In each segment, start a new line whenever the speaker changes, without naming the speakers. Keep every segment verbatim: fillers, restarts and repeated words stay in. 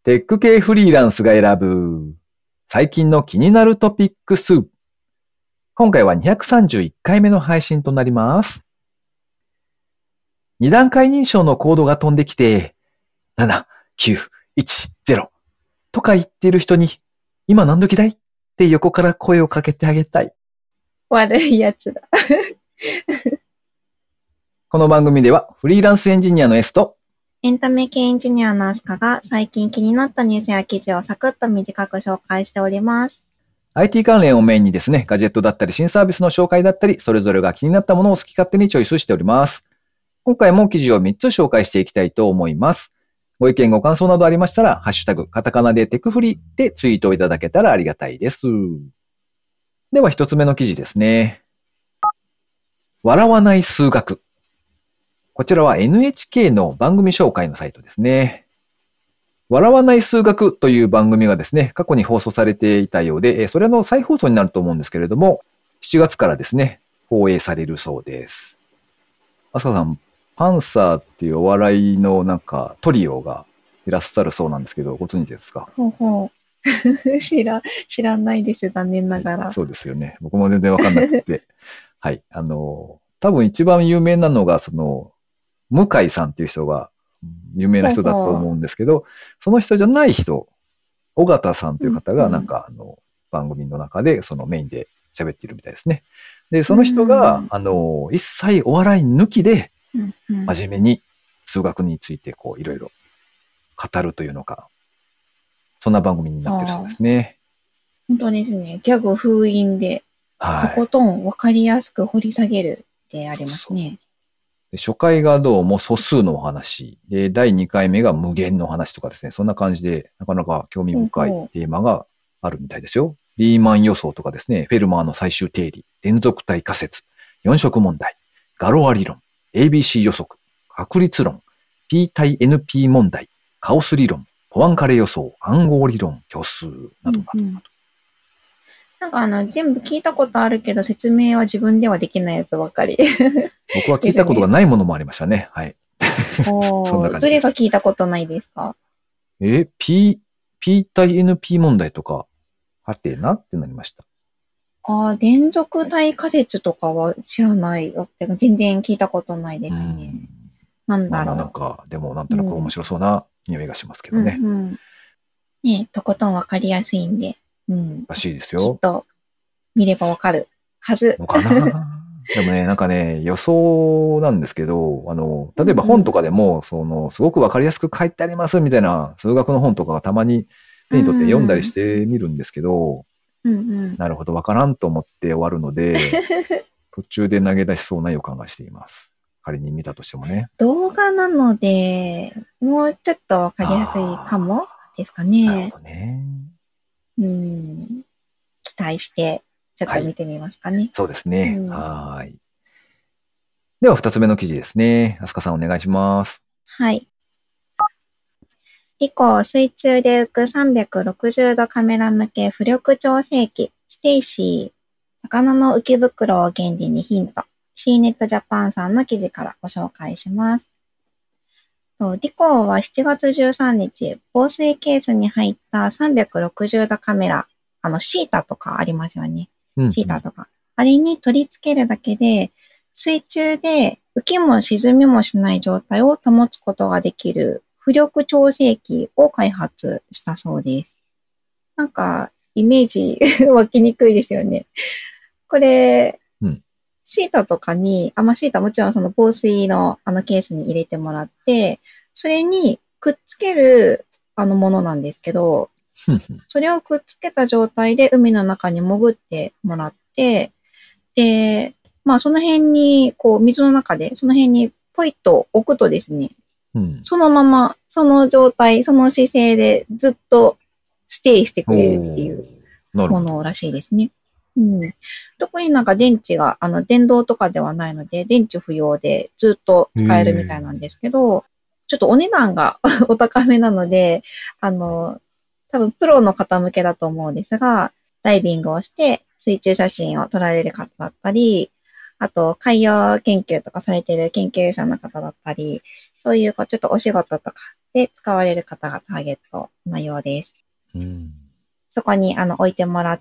テック系フリーランスが選ぶ最近の気になるトピックス。今回はにひゃくさんじゅういっかいめの配信となります。二段階認証のコードが飛んできて、なな、きゅう、いち、ゼロとか言ってる人に、今何時だいって横から声をかけてあげたい。
悪いやつだ。
この番組ではフリーランスエンジニアの S と
エンタメ系エンジニアのアスカが最近気になったニュースや記事をサクッと短く紹介しております。
アイティー 関連をメインにですね、ガジェットだったり新サービスの紹介だったり、それぞれが気になったものを好き勝手にチョイスしております。今回も記事をみっつ紹介していきたいと思います。ご意見ご感想などありましたら、ハッシュタグ、カタカナでテクフリでツイートをいただけたらありがたいです。では一つ目の記事ですね。笑わない数学。こちらは エヌエイチケー の番組紹介のサイトですね。笑わない数学という番組がですね、過去に放送されていたようで、それの再放送になると思うんですけれども、しちがつからですね、放映されるそうです。あすかさん、パンサーっていうお笑いのなんかトリオがいらっしゃるそうなんですけど、ご存知ですか？
ほうほう。知ら、知らないです、残念ながら。
そうですよね。僕も全然わかんなくて。はい。あの、多分一番有名なのが、その、向井さんっていう人が有名な人だと思うんですけど、その人じゃない人、尾形さんという方がなんか、あの、番組の中でそのメインで喋っているみたいですね。で、その人が、あの、一切お笑い抜きで、真面目に数学についてこう、いろいろ語るというのか、そんな番組になってるそうですね。
本当ですね。ギャグ封印で、とことん分かりやすく掘り下げるってありますね。そうそう
で初回がどうも素数のお話で、だいにかいめが無限のお話とかですね、そんな感じで、なかなか興味深いテーマがあるみたいですよ。リーマン予想とかですね、フェルマーの最終定理、連続体仮説、四色問題、ガロア理論、エービーシー 予測、確率論、P 対 エヌピー 問題、カオス理論、ポアンカレ予想、暗号理論、虚数などなどなど。うんうん
なんかあの、全部聞いたことあるけど、説明は自分ではできないやつばっかり。
僕は聞いたことがないものもありましたね。はい。
そんな感じです。どれが聞いたことないですか？
え、P、P 対 エヌピー 問題とか、はてなってなりました。
ああ、連続体仮説とかは知らないよ。全然聞いたことないですね。なんだろう。
まあなんか、でもなんとなく面白そうな匂いがしますけどね。
うんうん、ね、とことんわかりやすいんで。うん。
らしいですよ。
きっと、見ればわかるはず。
のかなでもね、なんかね、予想なんですけど、あの、例えば本とかでも、うん、その、すごくわかりやすく書いてありますみたいな数学の本とかがたまに手に取って読んだりしてみるんですけど、
うんうん、
なるほど、わからんと思って終わるので、途中で投げ出しそうな予感がしています。仮に見たとしてもね。
動画なので、もうちょっとわかりやすいかもですかね。
なるほどね。
うん。期待して、ちょっと見てみますかね。はい、
そうですね。うん、はい。では、二つ目の記事ですね。あすかさんお願いします。
はい。以降、水中で浮くさんびゃくろくじゅうどカメラ向け浮力調整器、ステイシー、魚の浮き袋を原理にヒント。シーネットジャパンさんの記事からご紹介します。リコーはしちがつじゅうさんにち、防水ケースに入ったさんびゃくろくじゅうどカメラ、あの、シータとかありますよね。うんうん、シータとか。あれに取り付けるだけで、水中で浮きも沈みもしない状態を保つことができる浮力調整器を開発したそうです。なんか、イメージ湧きにくいですよね。これ、うん、シータとかに、あ、まあ、シータもちろんその防水のあのケースに入れてもらって、それにくっつけるあのものなんですけど、それをくっつけた状態で海の中に潜ってもらって、で、まあその辺に、こう水の中で、その辺にポイッと置くとですね、うん、そのまま、その状態、その姿勢でずっとステイしてくれるっていうものらしいですね。うん、特になんか電池が、あの、電動とかではないので、電池不要でずっと使えるみたいなんですけど、ちょっとお値段がお高めなので、あの、多分プロの方向けだと思うんですが、ダイビングをして水中写真を撮られる方だったり、 あと海洋研究とかされている研究者の方だったり、そういうこうちょっとお仕事とかで使われる方がターゲットのようです。
うん。
そこにあの置いてもらって、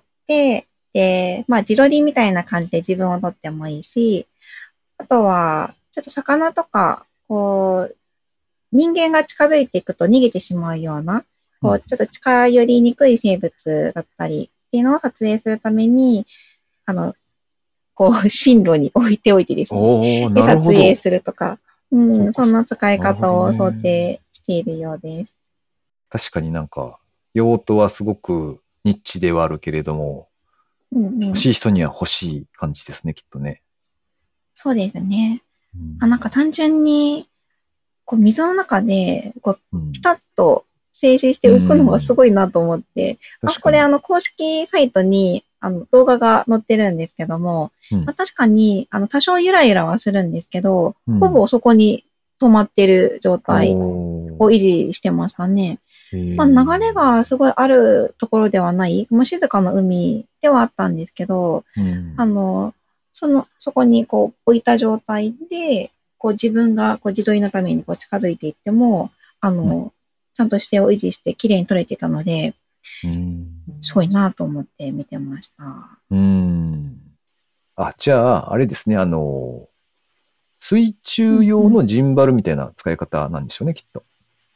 で、まあ自撮りみたいな感じで自分を撮ってもいいし、あとは、ちょっと魚とか、こう、人間が近づいていくと逃げてしまうような、こう、ちょっと近寄りにくい生物だったりっていうのを撮影するために、あの、こう、進路に置いておいてですね。
おー、
で、
なる
撮影
ほど。
するとか、う
そう
ん、そんな
かそうか。
使い方
なるほど
を想
ね。
定しているようです。
確かになんか、用途はすごくニッチではあるけれども、
うんうん。
欲しい人には欲しい感じですね、きっとね。
そうですね。
うん。
あ、なんか単純に、こう、水の中で、こう、
うん。
ピタッと静止して浮くのがすごいなと思って、まあ、
確かに。
これあの、公式サイトに、あの、動画が載ってるんですけども、
うん。
まあ、確かに、あの、多少ゆらゆらはするんですけど、
うん。
ほぼそこに止まってる状態を
お
維持してましたね。
ー。へ
まあ、流れ
ー。
がすごいあるところではない、まあ、静かな海ではあったんですけど、
うん。
あの、その、そこにこう置いた状態で、こう自分がこう自撮りのためにこう近づいていっても、あ
うん。
の、ちゃんと姿勢を維持して綺麗に撮れてたので、
うん。
すごいなと思って見てました。
うん。あ、じゃあ、あれですね、あの、水中用
うんうん、
のジンバルみたいな使い方なんでしょうね、きっと。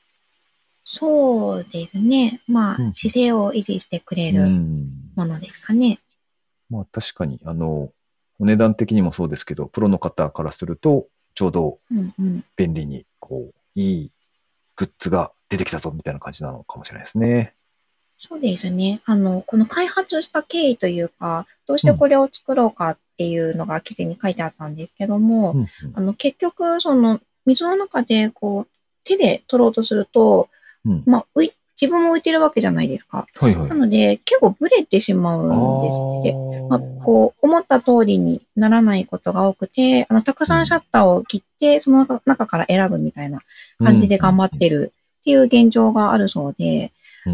そうですね。まあ、
うん。
姿勢を維持してくれ
う
る
ん。
ものですかね。
まあ確かに、あの、お値段的にもそうですけど、プロの方からすると、ちょうど
うんうん。
便利に、こう、いいグッズが出てきたぞ、みたいな感じなのかもしれないですね。
そうですね。あの、この開発した経緯というか、どうし
うん。
てこれを作ろうかっていうのが記事に書いてあったんですけども、
うん。うん。
あの、結局、その、水の中で、こう、手で取ろうとすると、
うん。
まあ、浮い、自分も浮いてるわけじゃないですか。
はいはい。
なので、結構ブレてしま
あ
うんですって。まあ、
あ。
こう、思った通りにならないことが多くて、あの、たく
うん。
さんシャッターを切って、その中から選ぶみたいな
うん。
感じで頑張ってるっていう現状があるそうで、
うん。うん。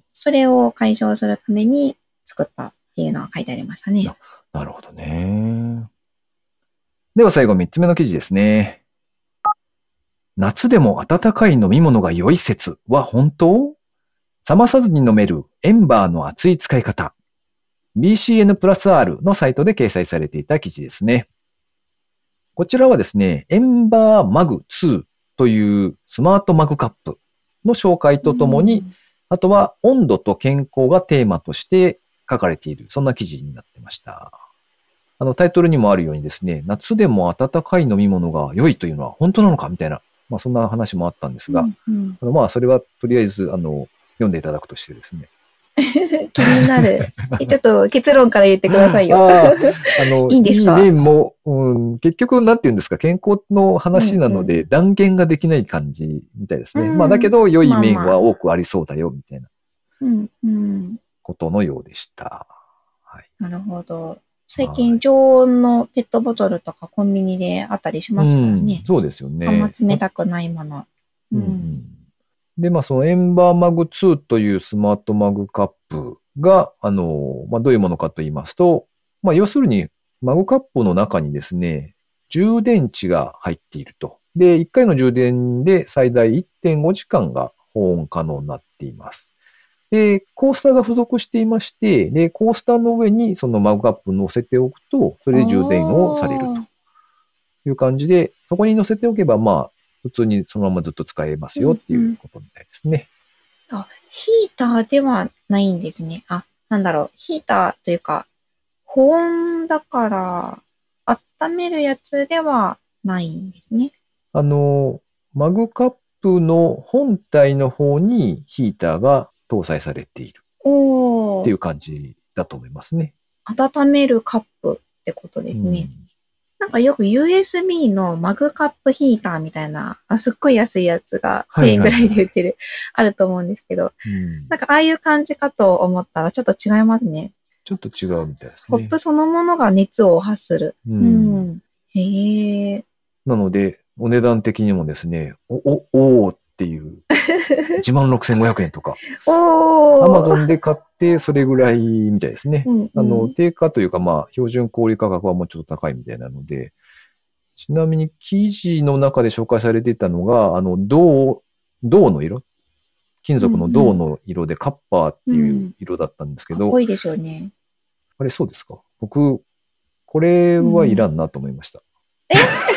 それを解消するために作ったっていうのは書いてありましたね。
あ、なるほどね。では最後みっつめの記事ですね。夏でも温かい飲み物が良い説は本当？冷まさずに飲めるエンバーの熱い使い方。ビーシーエヌ プラス R のサイトで掲載されていた記事ですね。こちらはですね、エンバーマグツーというスマートマグカップの紹介とともに、あとは温度と健康がテーマとして書かれている、そんな記事になってました。あのタイトルにもあるようにですね、夏でも温かい飲み物が良いというのは本当なのかみたいな、まあそんな話もあったんですが、
うんうん、
あのまあそれはとりあえずあの読んでいただくとしてですね、
気になる。え、ちょっと結論から言ってくださいよ。
ああ、あの、
いいんです
いい
か？
面も、うん、結局、なんて言うんですか、健康の話
うんうん。
なので、断言ができない感じみたいです
う
ね。まあ、だけ
ん。
ど、良い
まあ
面は
まあ。
多くありそうだよ、みたいな
うんうん。
ことのようでした。はい。
なるほど。最近、
はい。
常温のペットボトルとかコンビニであったりし
う
ますから
ん、
ね。
そうですよ
あんま
ね。ま
冷たくないもの。う
うんう
ん。
ん。で、まあ、そのエンバーマグツーというスマートマグカップが、あの、まあ、どういうものかと言いますと、まあ、要するに、マグカップの中にですね、充電池が入っていると。で、いっかいの充電で最大いってんごじかんが保温可能になっています。で、コースターが付属していまして、で、コースターの上にそのマグカップを乗せておくと、そ
あ
れで充電をされると
あ。
いう感じで、そこに乗せておけば、まあ、普通にそのままずっと使えます
う
よっていう
んうん。
ことみたいですね。
あ、ヒーターではないんですね。あ、なんだろう。ヒーターというか、保温だから、温めるやつではないんですね。
あの、マグカップの本体の方にヒーターが搭載されているって
おー、
いう感じだと思いますね。
温めるカップってことで
うん。
すね。なんかよく ユーエスビー のマグカップヒーターみたいな、あ、すっごい安いやつが1000
はい
円ぐらい
はいはいはい。
で売ってる、あると思うんですけど、
うん。
なんかああいう感じかと思ったらちょっと違いますね。
ちょっと違うみたいですね。
コップそのものが熱を発する。
う
う
ん。
ん。へえ。
なので、お値段的にもですね、お、お、おーっていういちまんろくせんごひゃくえんとか。
おー。
アマゾンで買ってそれぐらいみたいですね。
うんうん、
あの、定価というかまあ、標準小売価格はもうちょっと高いみたいなので、ちなみに記事の中で紹介されていたのが、あの、銅、銅の色金属の銅の色でカッパーっていう色だったんですけど、
かっこいいですよね。
あれそうですか？僕、これはいらんなと思いました。
え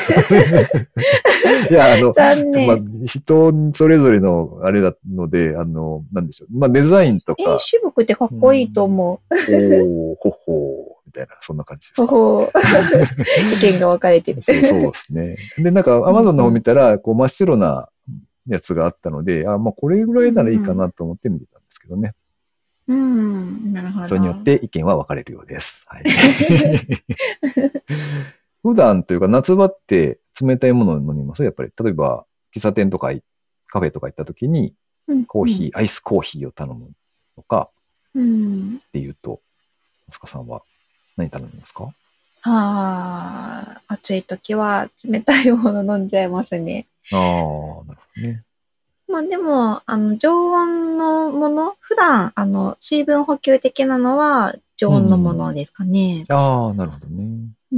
いや、あの、
残念。
まあ、人それぞれのあれなので、あの、なんでしょう。まあ、デザインと
えー、
か。
渋くてかっこいいと思う。
おー、ほほー、みたいな、そんな感じですか。
ほほ意見が分かれてる。
そうそうですね。で、なんか、アマゾンの方見たら、こう、真っ白なやつがあったので、あ、まあ、これぐらいならいいかなと思って見てたんですけどね。
うん、なるほど。
それによって意見は分かれるようです。はい。普段というか、夏場って冷たいものを飲みますやっぱり。例えば、喫茶店とか、カフェとか行った時に、コーヒー、うん、アイスコーヒーを頼むとか、うん、っていうと、あすかさんは何頼みますか？
ああ、暑い時は冷たいもの飲んじゃいますね。
ああ、なるほどね。
まあでも、あの、常温のもの、普段、あの、水分補給的なのは常温のものですかね。
うん、ああ、なるほどね。
うん。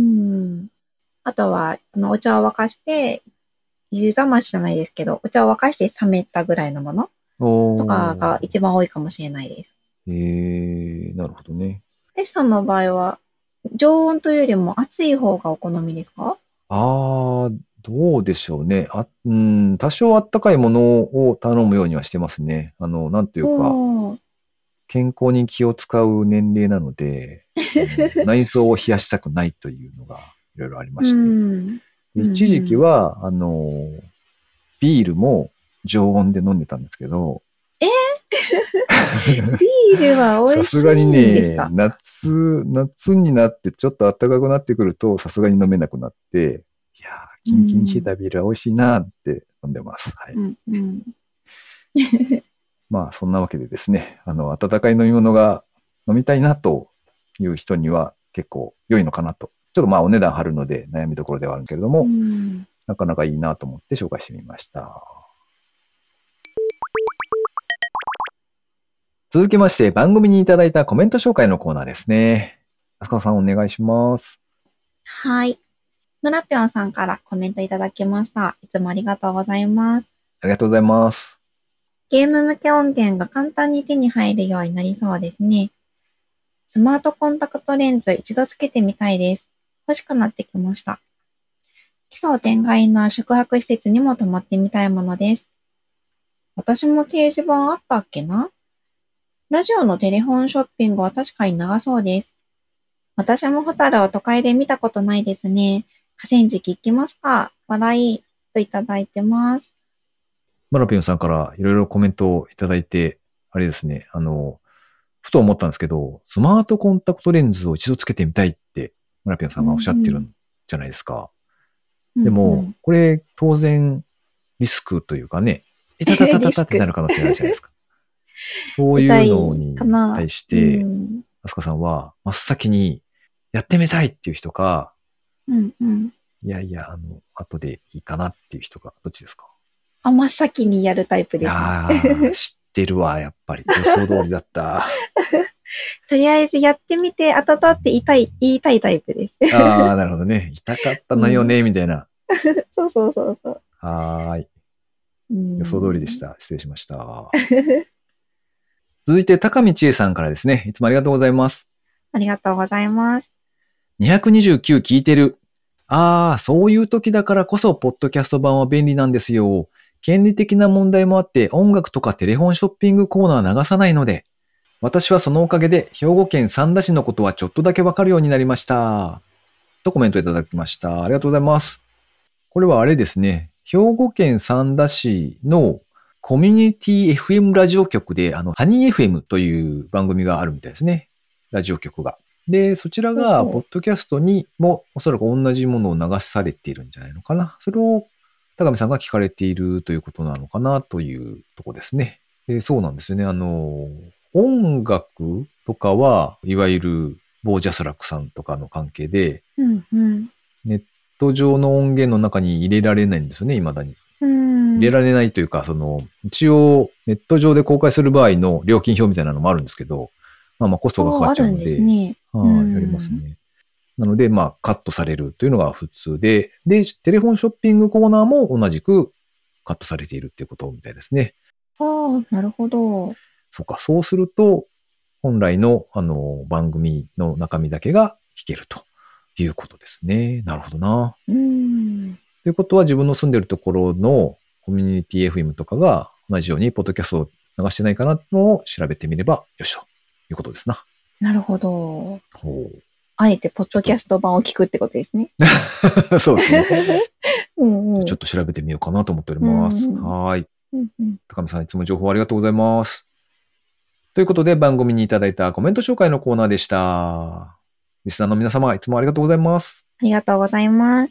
あとは、あの、お茶を沸かして、湯冷ましじゃないですけど、お茶を沸かして冷めたぐらいのものとかが一番多いかもしれないです。
へえー、なるほどね。
Sさんの場合は、常温というよりも熱い方がお好みですか？
ああ、どうでしょうね。あ、うん、多少あったかいものを頼むようにはしてますね。あの、なんというか、健康に気を使う年齢なので、内臓を冷やしたくないというのがいろいろありまして。うん一時期は、あの、ビールも常温で飲んでたんですけど、
えビールは美味しいんですか？さすがにね、
夏、夏になってちょっと暖かくなってくると、さすがに飲めなくなって、いやー、キンキンに冷えたビールは美味しいなって飲んでます。はい。うんうん、まあ、そんなわけでですね、あの、温かい飲み物が飲みたいなという人には結構良いのかなと。ちょっとまあ、お値段張るので悩みどころではあるけれども、うん、なかなかいいなと思って紹介してみました。続きまして、番組にいただいたコメント紹介のコーナーですね。あすかさんお願いします。
はい。村ぴょんさんからコメントいただきました。いつもありがとうございます。
ありがとうございます。
ゲーム向け音源が簡単に手に入るようになりそうですね。スマートコンタクトレンズ一度つけてみたいです。欲しくなってきました。奇想天外な宿泊施設にも泊まってみたいものです。私も掲示板あったっけな？ラジオのテレフォンショッピングは確かに長そうです。私もホタルを都会で見たことないですね。河川敷行きますか？笑いといただいてます。
マラピョンさんからいろいろコメントをいただいて、あれですね、あの、ふと思ったんですけど、スマートコンタクトレンズを一度つけてみたいって、マラピョンさんがおっしゃってるんじゃないですか。うんうん、でも、これ当然リスクというかね、いたたたたたってなる可能性あるじゃないですか。そういうのに対して、あすかさんは真っ先にやってみたいっていう人か、うんうん、いやいや、あの、後でいいかなっていう人か、どっちですか？
あ、真っ先にやるタイプですね。
ああ、知ってるわ、やっぱり。予想通りだった。
とりあえずやってみて、あたたって言いたい、言いたいタイプです。
ああ、なるほどね。痛かったのよね、うん、みたいな。
そうそうそうそう。
はーい。予想通りでした。失礼しました。続いて、高見千恵さんからですね。いつもありがとうございます。
ありがとうございます。
にひゃくにじゅうきゅう聞いてる。ああ、そういう時だからこそ、ポッドキャスト版は便利なんですよ。権利的な問題もあって、音楽とかテレフォンショッピングコーナー流さないので、私はそのおかげで、兵庫県三田市のことはちょっとだけわかるようになりました。とコメントいただきました。ありがとうございます。これはあれですね。兵庫県三田市のコミュニティ エフエム ラジオ局で、あの、ハニー エフエム という番組があるみたいですね。ラジオ局が。で、そちらが、ポッドキャストにもおそらく同じものを流されているんじゃないのかな。それを高見さんが聞かれているということなのかなというとこですね。で、そうなんですよね。あの、音楽とかは、いわゆるボージャスラックさんとかの関係で、
うんうん、
ネット上の音源の中に入れられないんですよね、未だに。
うん
入れられないというか、その、一応ネット上で公開する場合の料金表みたいなのもあるんですけど、まあまあコストがかかっちゃうので、
あるんですね。
はい、やりますね。なので、まあカットされるというのが普通で、で、テレフォンショッピングコーナーも同じくカットされているっていうことみたいですね。
ああ、なるほど。
そうか、そうすると、本来の、あの、番組の中身だけが聞けるということですね。なるほどな。
うん。
ということは、自分の住んでるところのコミュニティ エフエム とかが同じようにポッドキャストを流してないかなのを調べてみればよしということですな。
なるほど。
ほう。
あえてポッドキャスト版を聞くってことですね。
そうですね。
うんうん、
ちょっと調べてみようかなと思っております。うんうん、はい、
うんうん。
高見さん、いつも情報ありがとうございます。ということで、番組にいただいたコメント紹介のコーナーでした。リスナーの皆様、いつもありがとうございます。
ありがとうございます。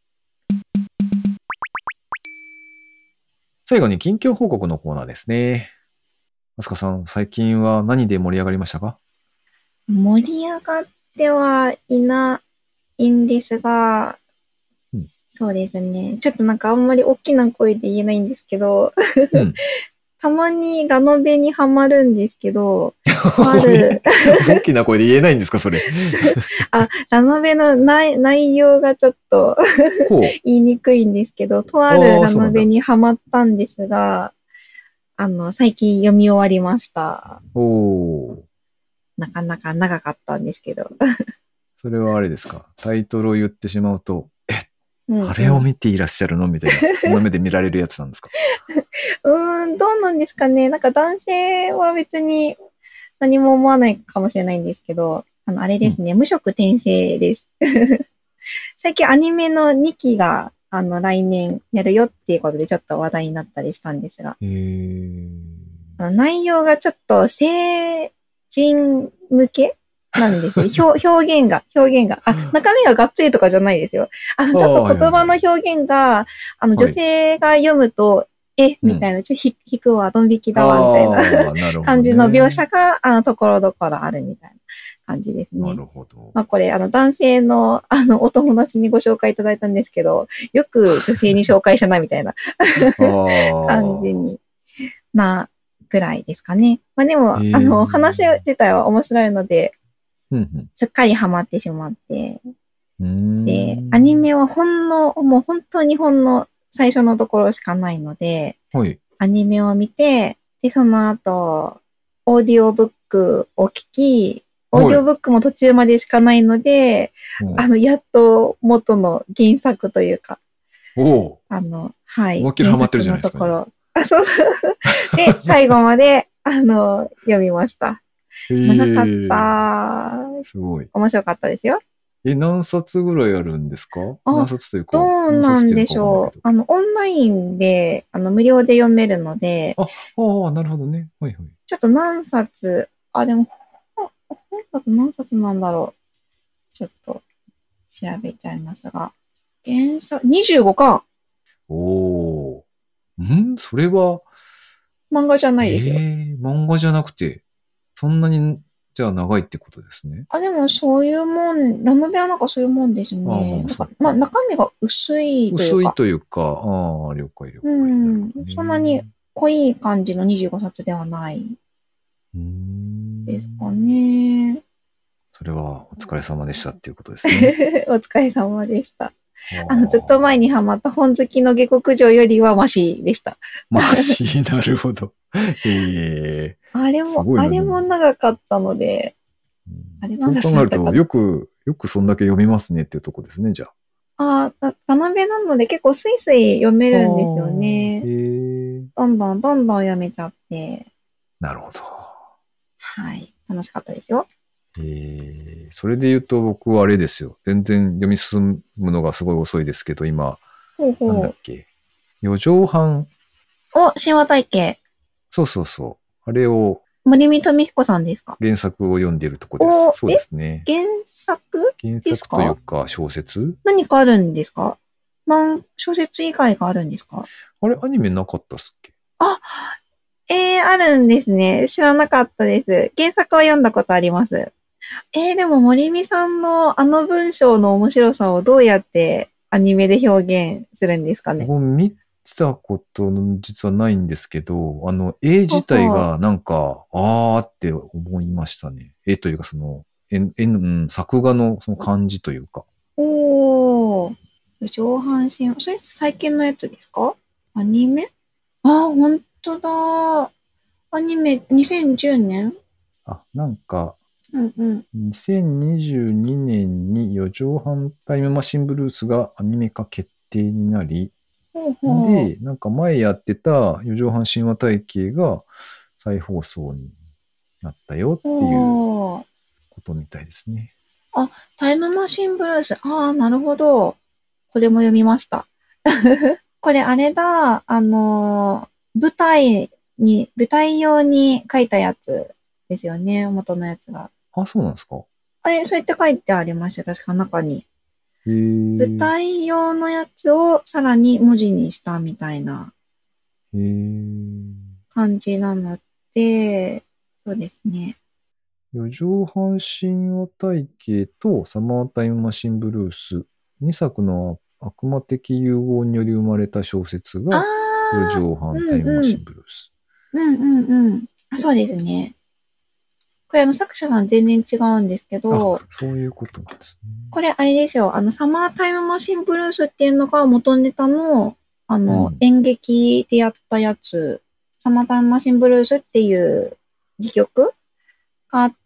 最後に近況報告のコーナーですね。あすかさん、最近は何で盛り上がりましたか？
盛り上がってはいないんですが、うん、そうですね。ちょっとなんかあんまり大きな声で言えないんですけど、うん、たまにラノベにハマるんですけど、ある
大きな声で言えないんですか、それ。
あ、ラノベの内内容がちょっと言いにくいんですけど、とあるラノベにハマったんですが、あの、最近読み終わりました。
おー。
なかなか長かったんですけど。
それはあれですか。タイトルを言ってしまうと、え、
うんうん、
あれを見ていらっしゃるのみたいな、そんな目で見られるやつなんですか？
うーん、どうなんですかね。なんか男性は別に何も思わないかもしれないんですけど、あの、あれですね。うん、無色転生です。最近アニメのにきが、あの、来年やるよっていうことでちょっと話題になったりしたんですが。
へー。
あの内容がちょっと成人向けなんですね。表現が、表現が。あ、中身ががっつりとかじゃないですよ。あの、ちょっと言葉の表現が、あの、女性が読むと、え、みたいな、ちょっと引くわ、ドン引きだわ、みたいな感じの描写が、あの、ところどころあるみたいな感じですね。
なるほど。
まあ、これ、あの、男性の、あの、お友達にご紹介いただいたんですけど、よく女性に紹介したな、みたいな感じにな、ぐらいですかね。まあでも、あの、話自体は面白いので、すっかりハマってしまって。で、アニメはほんの、もう本当にほんの最初のところしかないので、
はい、
アニメを見て、で、その後、オーディオブックを聞き、オーディオブックも途中までしかないので、あの、やっと元の原作というか、
お
あの、はい。
思いっきりハマってるじゃないですか、ね。
あ、そうそう。で、最後まで、あの、読みました。長かった。
すごい。
面白かったですよ。
え、何冊ぐらいあるんですか？何冊というか。
どうなんでしょう。あの、オンラインで、あの、無料で読めるので。
あ、ああ、なるほどね。はいはい。
ちょっと何冊、あ、でも、本だと何冊なんだろう。ちょっと、調べちゃいますが。原作、にじゅうごかん。
おー。んそれは、
漫画じゃないですよ。
えー、漫画じゃなくて、そんなに、じゃあ長いってことですね。
あ、でもそういうもん、ラノベはなんかそういうもんですね。あ、まあ、まあ、中身が薄いというか。
薄いというか、ああ、了解了解。
うん。そんなに濃い感じのにじゅうごさつではないですかね。
それはお疲れ様でしたっていうことですね。
お疲れ様でした。あの、ずっと前にハマった本好きの下克上よりはマシでした。
マシ、なるほど。ええー。
あれも、あれも長かったので、
あれそう考えると、よく、よくそんだけ読みますねっていうとこですね、じゃ
あ。ああ、ラノベなので結構スイスイ読めるんですよね。
へ
どんどんどんどん読めちゃって。
なるほど。
はい。楽しかったですよ。
えー、それで言うと僕はあれですよ。全然読み進むのがすごい遅いですけど、今、
ほうほう
なんだっけ。四畳半。
お、神話体系。
そうそうそう。あれを、
森見富彦さんですか？
原作を読んでいるとこです。そうですね。
原作
原作というか小説？
何かあるんですか？漫小説以外があるんですか？
あれ、アニメなかったっすっけ？
あ、えー、あるんですね。知らなかったです。原作は読んだことあります。えー、でも森美さんのあの文章の面白さをどうやってアニメで表現するんですかね？
僕見たことの実はないんですけど、あの、絵自体がなんか、あーって思いましたね。絵というかその、絵、絵の、うん、作画のその感じというか。
おー。上半身、それ最近のやつですか？アニメ？あー、ほんとだ。アニメ、にせんじゅうねん？
あ、なんか、
うんうん。
にせんにじゅうにねんによじょうはんタイムマシンブルースがアニメ化決定になり、
ほうほう。
で、なんか前やってた四畳半神話体系が再放送になったよっていう
おー。
ことみたいですね。
あ、タイムマシンブルース。ああ、なるほど。これも読みました。これあれだ、あのー、舞台に、舞台用に書いたやつですよね、元のやつが。
あ、そうなんですか。
あれ、そうやって書いてありましたよ、確か中に。
へ
舞
え、
台用のやつをさらに文字にしたみたいな
へえ。
感じなので、そうですね。
四畳半神話体系とサマータイムマシンブルース。にさくの悪魔的融合により生まれた小説
あ
が四
あ、
畳
う
半タイムマ
んうん、
シンブルース。
うんうんうん。あ、そうですね。これあの作者さん全然違うんですけ
あ、
ど、
そういうことなんですね。
これあれですよ。あの、サマータイムマシンブルースっていうのが元ネタの、あの、
うん。
演劇でやったやつ、サマータイムマシンブルースっていう戯曲があって、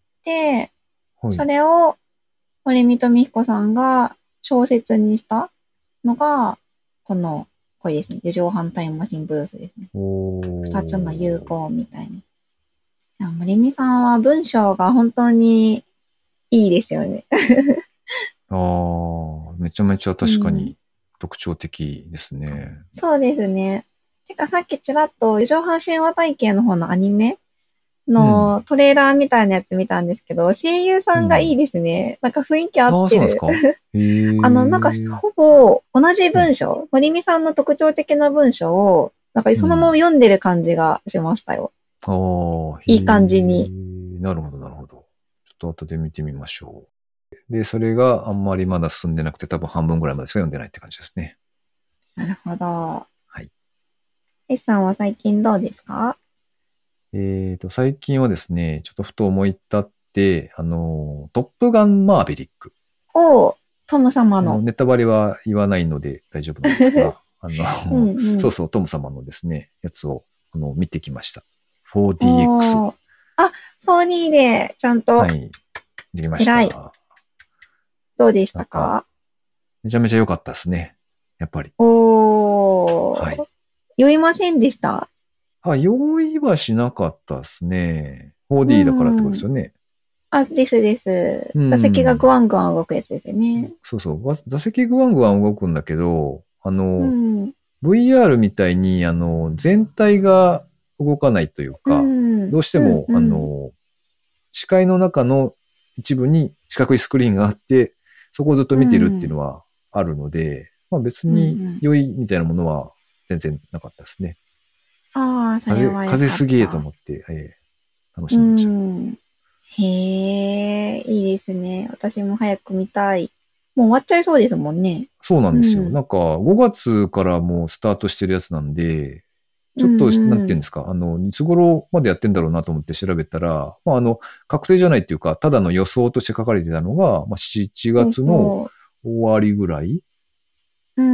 そ
はい。
れを堀見富彦さんが小説にしたのが、この、これですね。四畳半タイムマシンブルースですね。二つの融
おー。
合みたいに。いや森美さんは文章が本当にいいですよね。
ああ、めちゃめちゃ
うん。
確かに特徴的ですね。
そうですね。てかさっきちらっと、四畳半神話体系の方のアニメ
うん。
のトレーラーみたいなやつ見たんですけど、声優さ
うん。
んがいいですね。なんか雰囲気合っ
ああ、そ
てる。
うなんですか。へ
あの、なんか
え。
ほぼ同じ
うん。
文章、森美さんの特徴的な文章を、なんかそのまま
うん。
読んでる感じがしましたよ。
ああ、へ
いい感じ
え。
に。
なるほど、なるほど。ちょっと後で見てみましょう。で、それがあんまりまだ進んでなくて、多分半分ぐらいまでしか読んでないって感じですね。
なるほど。
はい。
S さんは最近どうですか？
えっと、最近はですね、ちょっとふと思い立って、あの、トップガンマーヴェリック。
おトム様
あの、
の。
ネタバレは言わないので大丈夫なんですが、あの、
うんうん。
そうそう、トム様のですね、やつを、あの、見てきました。フォーディーエックス。
おー。あ、フォーディーでちゃんと、
はい、できまし
偉い。
た。
どうでし
なんか、
たか？
めちゃめちゃ良かったですね。やっぱり。はい。
おー。酔いませんでした？
あ、用意はしなかったですね。
う
フォーディー だからってことで
ん。
すよね。
あ、ですです。
う
座席がグ
ん。
ワングワン動くやつですよね。
そうそう。わ座席グワングワン動くんだけど、あ
う
の、
ん。
ブイアール みたいに、あの、全体が動かないという
う
か、
ん。
どうして
うん。
も、あ
うん。
の、視界の中の一部に四角いスクリーンがあって、そこをずっと
う
見てるっていう
ん。
のはあるので、まあ別
うん。う
に
ん。
良いみたいなものは全然なかったですね。
ああ、それ
風、
はよか
風すげえと
った。
思って、えー楽
う
しんでました。
ん。へえ、いいですね。私も早く見たい。もう終わっちゃいそうですもんね。
そうなんですよ。
うん。
なんかごがつからもうスタートしてるやつなんで、
う
ちょっと、なん
んうん。
ていうんですか、あの、いつ頃までやってんだろうなと思って調べたら、まあ、あの、確定じゃないっていうか、ただの予想として書かれてたのが、まあ、しちがつの
そうそ
終わりぐらい
う。うん。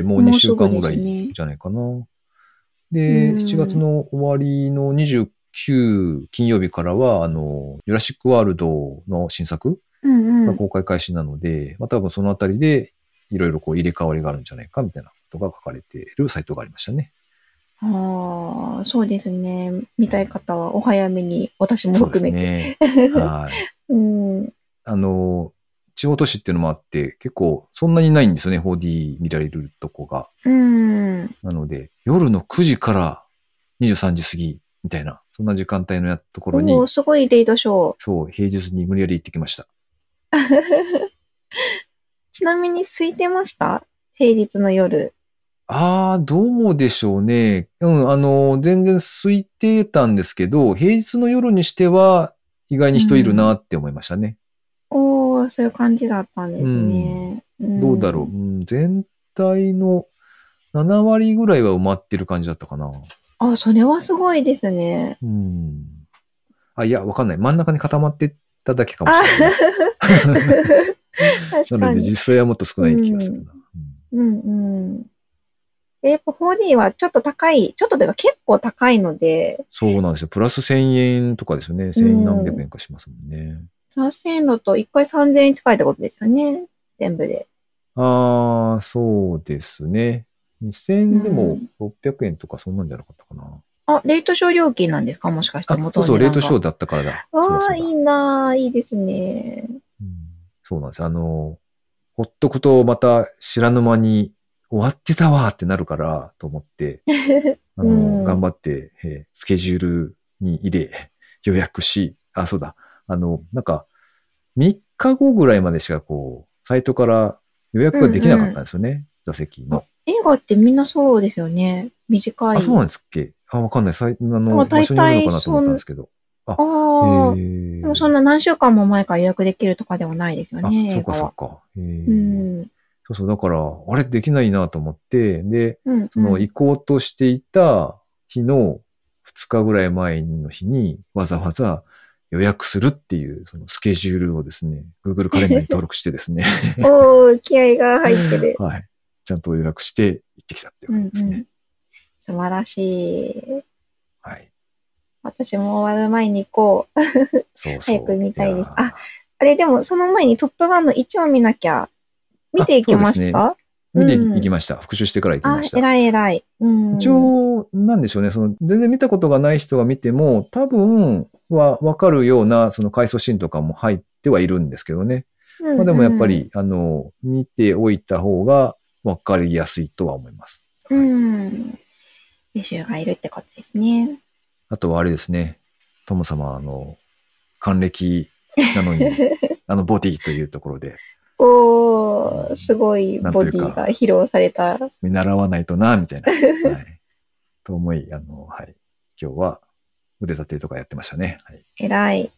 なので、もう2週
もうすぐで
間ぐらい
すね。
じゃないかな。
う
で、しちがつ
ん。
の終わりのにじゅうく金曜日からは、あの、ジュラシックワールドの新作
うんうん。
が公開開始なので、まあ、多分そのあたりで、いろいろこう入れ替わりがあるんじゃないかみたいなことが書かれているサイトがありましたね。
ああ、そうですね。見たい方はお早めに、私も
そうで
含めて。
すね。はい。
うん。
あの、地方都市っていうのもあって、結構そんなにないんですよね、フォーディー 見られるとこが。
うん。
なので、夜のくじからにじゅうさんじ過ぎみたいな、そんな時間帯のやところ
おお、
に、
すごいレイドショー。
そう、平日に無理やり行ってきました。
ちなみに空いてました？平日の夜。
ああ、どうでしょうね。うん、あの、全然空いてたんですけど、平日の夜にしては意外に人いる
うん。
なって思いましたね。
おお、そういう感じだったん
う
です
ん。
ね。う
どうだろう。
ん。
うん、全体の、 なな割ぐらいは埋まってる感じだったかな。
あ、それはすごいですね。
うん。あ、いや、わかんない。真ん中に固まってただけかも
あ、
しれない。
確かに。
なので実際はもっと少ない気がするな。
うん、うん。でやっぱ フォーディー はちょっと高い、ちょっとでか結構高いので。
そうなんですよ。プラスせんえんとかですよね。千何百円かしますもんね。
プラスせんえんだといっかいさんぜんえん近いってことですよね。全部で。
ああ、そうですね。にせんでもろっぴゃくえんとかそんなんじゃなかったかな。
あ、レートショー料金なんですかもしかして
あ、
元
そうそう、
の値段が。
レートショーだったからだ。そうだ
ああ、
そうだ。
いいなーいいですね。
うん、そうなんです。あの、ほっとくとまた知らぬ間に終わってたわーってなるからと思って、あの、
うん
頑張って、えースケジュールに入れ、予約し、あ、そうだ。あの、なんか、みっかごぐらいまでしかこう、サイトから予約ができなかったんですよね。座席
あ、
の。
映画ってみんなそうですよね。短
あ、そうなん
い。
ですっけ？あ、わかんない。さい、あの、
まあ
場所によるの
大体
かなと思
そん、
ったんですけど。あ、え
ああ、でもそん
ー、
な何週間も前から予約できるとかではないですよ
あ、
ね、
そう
映画は。
かそうか。え
う
ー、
ん。
そうそう。だから、あれできないなと思って、で、
うん
その
うん。
行こうとしていた日のふつかぐらい前の日にわざわざ予約するっていうそのスケジュールをですね、Google カレンダーに登録してですね。
おー、気合が入ってる。
はい。ちゃんと予約して行ってきたっていう
うんうん。
感じですね。
素晴らしい。
はい。
私も終わる前に行こう。
そう
早く
そう。いや
見たいです。あ、
ー
あれでもその前にトップガンのいちを見なきゃ。見
あ、
ていき
そうですね。
ました？
見てい
うん。
きました。復習してから行きま
あ、
した。
偉い偉い。う
一
ん。
応、なんでしょうね。その、全然見たことがない人が見ても、多分はわかるような、その回想シーンとかも入ってはいるんですけどね。
うん
まあでもやっぱ
うん。
り、あの、見ておいた方がわかりやすいとは思います。
う
はい。
ん。優秀がいるってことですね。
あとはあれですね。トム様、あの、還暦なのに、あの、ボディというところで、う
おー、
ん、
すごい
なんと
ボディが
いうか、
披露された。
見習わないとな、みたいな。はい。と思い、あの、はい。今日は腕立てとかやってましたね。はい。
偉い。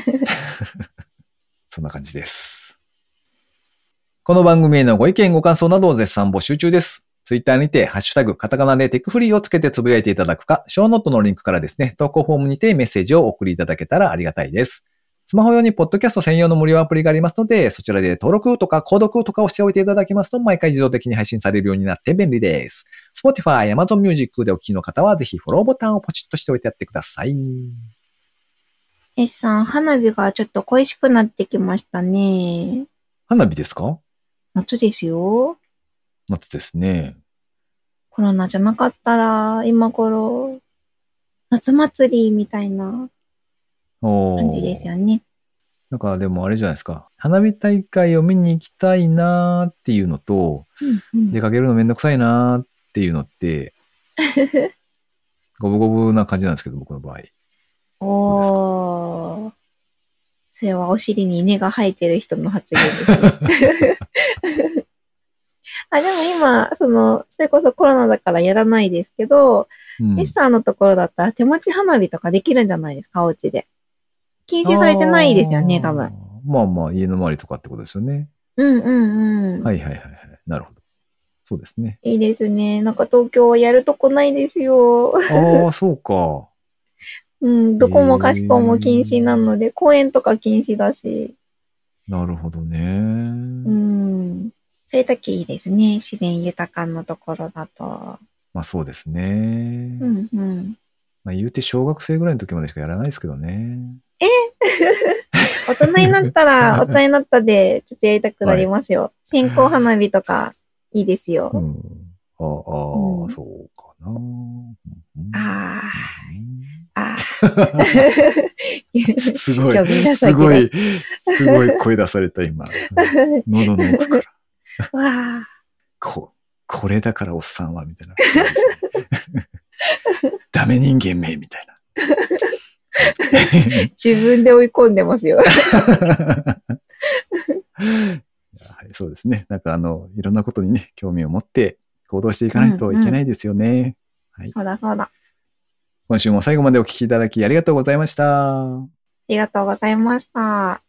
そんな感じです。この番組へのご意見ご感想などを絶賛募集中です。ツイッターにて、ハッシュタグ、カタカナでテックフリーをつけてつぶやいていただくか、ショーノートのリンクからですね、投稿フォームにてメッセージをお送りいただけたらありがたいです。スマホ用にポッドキャスト専用の無料アプリがありますので、そちらで登録とか購読とかをしておいていただきますと、毎回自動的に配信されるようになって便利です。Spotify、Amazon Music でお聞きの方は、ぜひフォローボタンをポチッとしておいてやってください。
S さん、花火がちょっと恋しくなってきましたね。
花火ですか？
夏ですよ。
夏ですね。
コロナじゃなかったら、今頃、夏祭りみたいな感じですよね。
なんかでもあれじゃないですか。花火大会を見に行きたいなーっていうのと、
うんうん、
出かけるのめんどくさいなーっていうのって、五分五分な感じなんですけど、僕の場合。どうですか？
おー。それはお尻に根が生えてる人の発言ですね。あ、でも今、その、それこそコロナだからやらないですけど、
うん。
S さんのところだったら手持ち花火とかできるんじゃないですか、お家で。禁
あ
止されてないですよね、多分。
ー、まあまあ、家の周りとかってことですよね。
うんうんうん。
はいはいはいはい。なるほど。そうですね。
いいですね。なんか東京はやるとこないですよ。
ああ、そうか。
うん、
え
どこもかしこも禁止な
ー、
ので、公園とか禁止だし。
なるほど
う
ね。
ん。そういう時いいですね。自然豊かなところだと。
まあそうですね。
うんうん。
まあ言うて小学生ぐらいの時までしかやらないですけどね。
大人になったら、大人になったで、ちょっとやりたくな
はい。
りますよ。線香花火とか、いいですよ。
うん。ああ、
うん。
そうかな。うん
ああ、ああ。
すごい、
興味なさげだ。
すごい、すごい声出された今。喉の奥から。
わあ。
こ、これだからおっさんは、みたいな感じでしたね。ダメ人間め、みたいな。
自分で追い込んでますよ。
はい、そうですね。なんかあの、いろんなことにね、興味を持って行動していかないとい
うんうん。
けないですよね。はい。
そうだそうだ。あ
今週も最後までお聞きいただきありがとうございました。
りがとうございました。